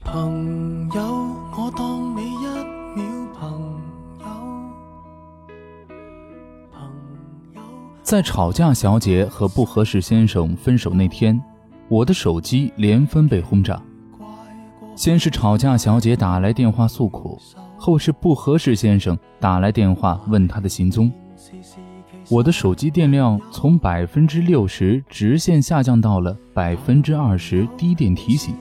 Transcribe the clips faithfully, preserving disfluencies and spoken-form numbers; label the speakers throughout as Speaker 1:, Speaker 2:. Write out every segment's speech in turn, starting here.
Speaker 1: 朋友，我当你一秒朋友。
Speaker 2: 在吵架小姐和不合适先生分手那天，我的手机连番被轰炸。先是吵架小姐打来电话诉苦，后是不合适先生打来电话问她的行踪。我的手机电量从百分之六十直线下降到了百分之二十低电提醒。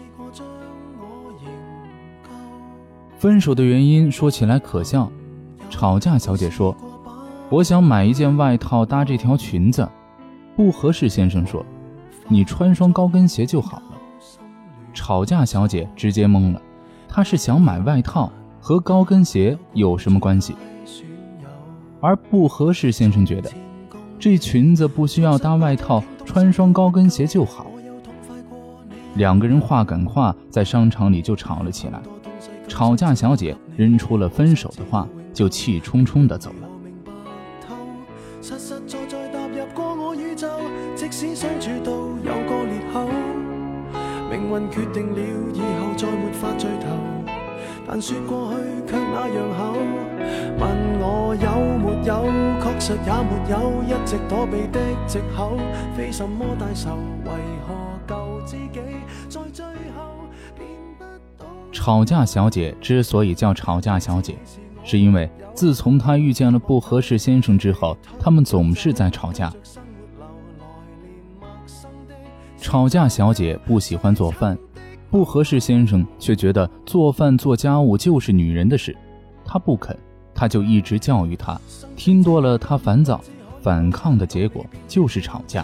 Speaker 2: 分手的原因说起来可笑，吵架小姐说我想买一件外套搭这条裙子，不合适先生说你穿双高跟鞋就好了。吵架小姐直接懵了，她是想买外套，和高跟鞋有什么关系？而不合适先生觉得这裙子不需要搭外套，穿双高跟鞋就好。两个人话赶话，在商场里就吵了起来。吵架小姐扔出了分手的话，就气冲冲地走了。
Speaker 1: 实实在在踏入过我宇宙，即使相處到有個裂口，命運決定了以後再沒法聚頭，但說過去卻那樣厚。問我有沒有，確實也沒有，一直躲避的藉口，非什麼大仇，為何救自己在最後變不到。
Speaker 2: 吵架小姐之所以叫吵架小姐，是因为自从她遇见了不合适先生之后，他们总是在吵架。吵架小姐不喜欢做饭，不合适先生却觉得做饭做家务就是女人的事，他不肯，他就一直教育她，听多了她烦躁，反抗的结果就是吵架。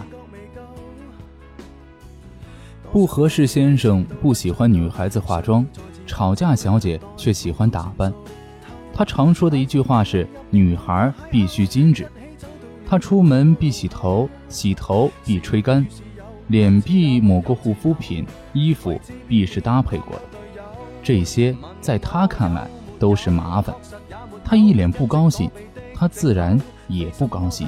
Speaker 2: 不合适先生不喜欢女孩子化妆，吵架小姐却喜欢打扮。他常说的一句话是女孩必须精致，他出门必洗头，洗头必吹干，脸必抹过护肤品，衣服必是搭配过的。这些在他看来都是麻烦，他一脸不高兴，他自然也不高兴。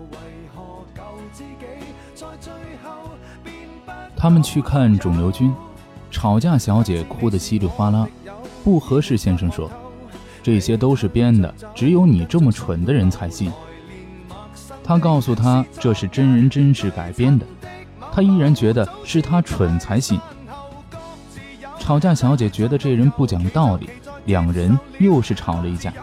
Speaker 2: 他们去看肿瘤君，吵架小姐哭得稀里哗啦，不合适先生说这些都是编的，只有你这么蠢的人才信。他告诉他这是真人真事改编的，他依然觉得是他蠢才信。吵架小姐觉得这人不讲道理，两人又是吵了一架。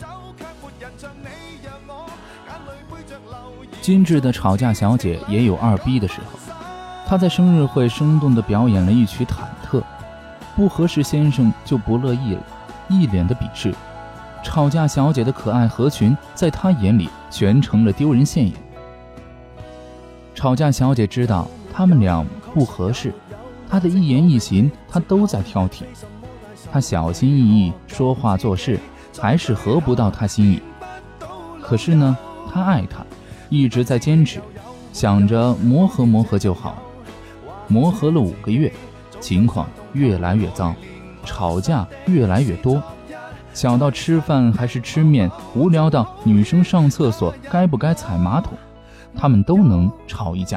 Speaker 2: 精致的吵架小姐也有二逼的时候，她在生日会生动地表演了一曲忐忑，不合适先生就不乐意了，一脸的鄙视。吵架小姐的可爱合群在她眼里全成了丢人现眼。吵架小姐知道他们俩不合适，她的一言一行她都在挑剔，她小心翼翼说话做事，还是合不到她心意。可是呢，她爱他，一直在坚持，想着磨合磨合就好。磨合了五个月，情况越来越糟，吵架越来越多，小到吃饭还是吃面，无聊到女生上厕所该不该踩马桶，他们都能吵一架。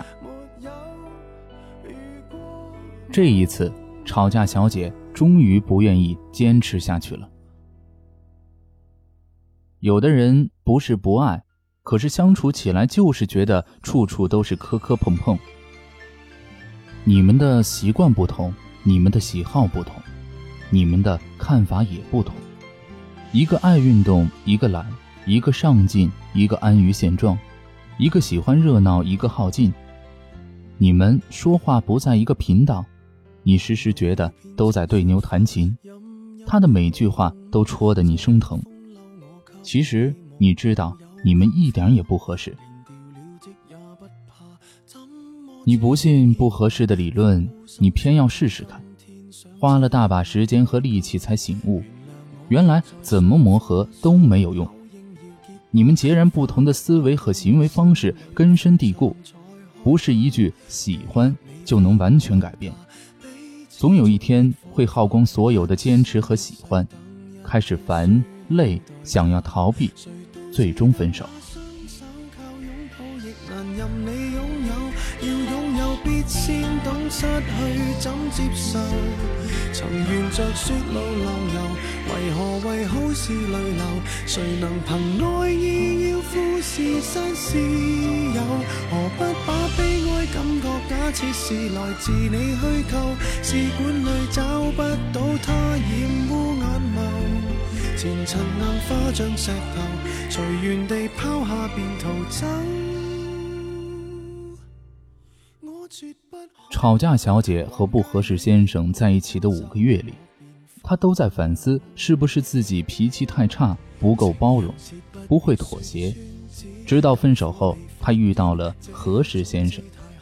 Speaker 2: 这一次，吵架小姐终于不愿意坚持下去了。有的人不是不爱，可是相处起来就是觉得处处都是磕磕碰碰。你们的习惯不同，你们的喜好不同，你们的看法也不同。一个爱运动，一个懒，一个上进，一个安于现状，一个喜欢热闹，一个好静。你们说话不在一个频道，你时时觉得都在对牛弹琴，他的每句话都戳得你生疼。其实你知道你们一点也不合适。你不信不合适的理论，你偏要试试看，花了大把时间和力气才醒悟，原来怎么磨合都没有用。你们截然不同的思维和行为方式根深蒂固，不是一句喜欢就能完全改变。总有一天会耗光所有的坚持和喜欢，开始烦累，想要逃避，最终分手。
Speaker 1: 先懂失去怎接受， 曾沿着雪路流游，为何为好事泪流？谁能凭爱意要富士山私有？何不把悲哀感觉假设是来自你虚构？试管里找不到它，染污眼眸。前尘硬化像石头，随缘地抛下便逃走。我绝不
Speaker 2: 吵架小姐和不合适先生在一起的五个月里，她都在反思是不是自己脾气太差，不够包容，不会妥协。直到分手后，她遇到了合适先生。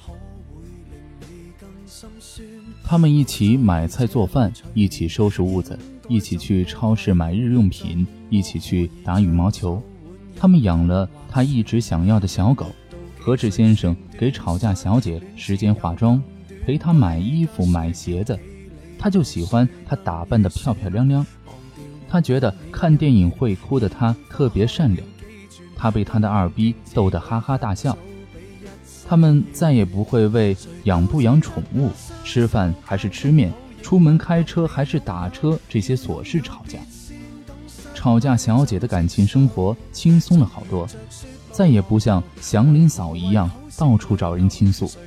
Speaker 2: 他们一起买菜做饭，一起收拾屋子，一起去超市买日用品，一起去打羽毛球。他们养了她一直想要的小狗。合适先生给吵架小姐时间化妆，陪她买衣服买鞋子，她就喜欢她打扮得漂漂亮亮。她觉得看电影会哭的她特别善良，她被她的二逼逗得哈哈大笑。他们再也不会为养不养宠物、吃饭还是吃面、出门开车还是打车这些琐事吵架。吵架小姐的感情生活轻松了好多，再也不像祥林嫂一样到处找人倾诉。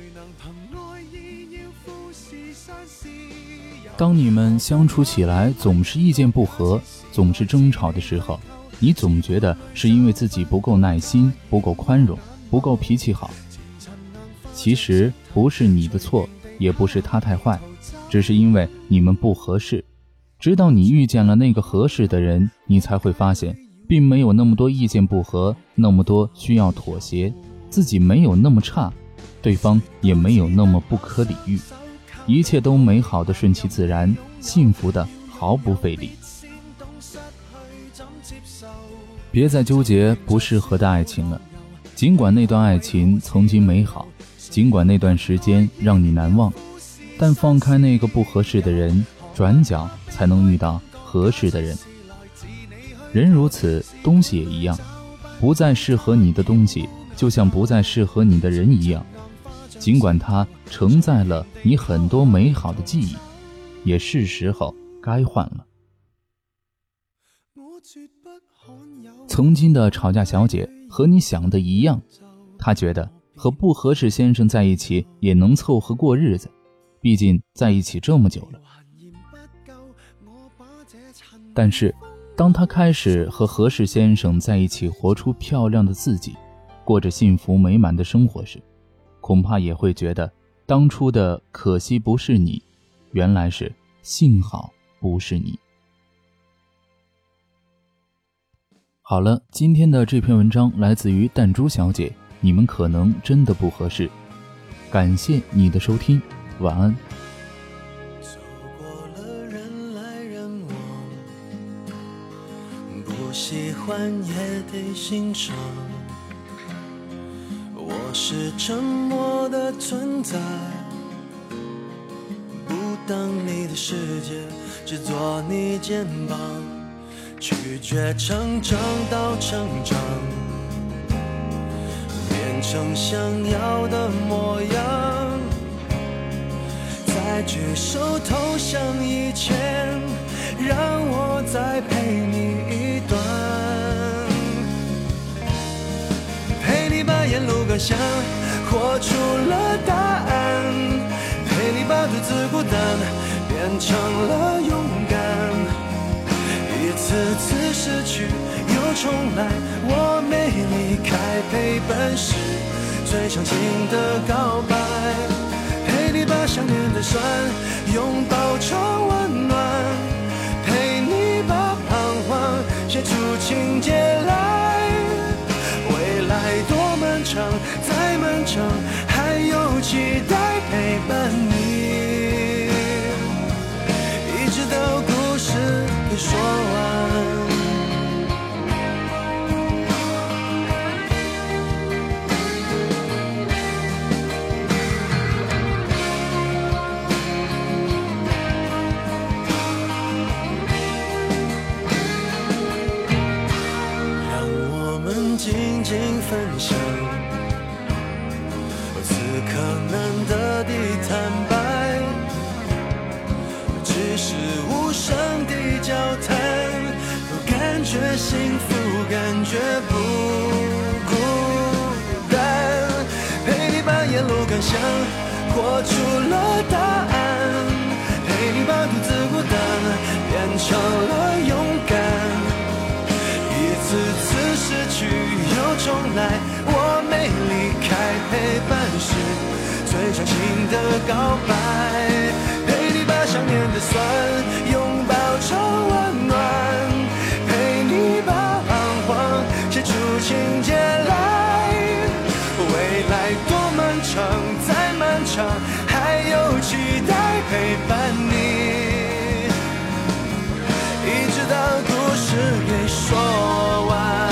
Speaker 2: 当你们相处起来总是意见不合，总是争吵的时候，你总觉得是因为自己不够耐心，不够宽容，不够脾气好。其实不是你的错，也不是他太坏，只是因为你们不合适。直到你遇见了那个合适的人，你才会发现并没有那么多意见不合，那么多需要妥协，自己没有那么差，对方也没有那么不可理喻，一切都美好的顺其自然，幸福的毫不费力。别再纠结不适合的爱情了，尽管那段爱情曾经美好，尽管那段时间让你难忘，但放开那个不合适的人，转角才能遇到合适的人。人如此，东西也一样，不再适合你的东西，就像不再适合你的人一样。尽管它承载了你很多美好的记忆，也是时候该换了。曾经的吵架小姐和你想的一样，她觉得和不合适先生在一起也能凑合过日子，毕竟在一起这么久了。但是当她开始和合适先生在一起，活出漂亮的自己，过着幸福美满的生活时，恐怕也会觉得当初的可惜不是你，原来是幸好不是你。好了，今天的这篇文章来自于弹珠小姐，你们可能真的不合适。感谢你的收听，晚安。
Speaker 1: 走过了人来人往，不喜欢也得欣赏。我是沉默的存在，不当你的世界，只做你肩膀，拒绝成长到成长，变成想要的模样，在举手投降以前，让我再陪你一段，陪你把沿路感想活出了答案，陪你把独自孤单变成了勇敢，一次次失去又重来，我没离开，陪伴是最长情的告白，陪你把想念的酸拥抱成温暖，陪你把彷徨写出情节来，未来多漫长，再漫长还有期待陪伴你，一直到故事被说完。静静分享，此刻难得的坦白，只是觉幸福，感觉不孤单，陪你把沿路感想活出了答案，陪你把独自孤单变成了勇敢，一次次失去又重来，我没离开，陪伴是最长情的告白，陪你把想念的酸拥抱成温暖，陪你把彷徨写出情节来，未来多漫长再漫长，还有期待陪伴你，一直到故事给说完。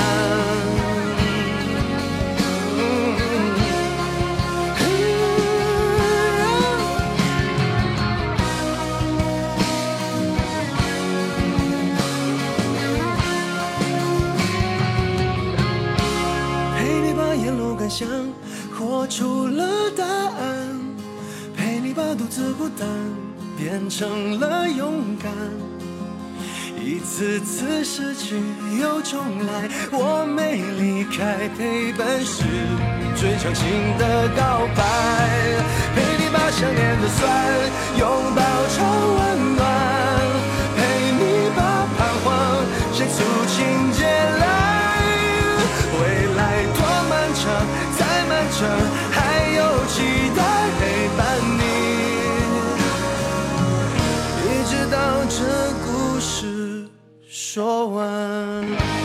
Speaker 1: 想活出了答案，陪你把独自孤单变成了勇敢，一次次失去又重来，我没离开，陪伴是最长情的告白，陪你把想念的酸拥抱成温暖，陪你把彷徨写出情节来，未来多漫长再漫长，还有期待陪伴你，一直到这故事说完。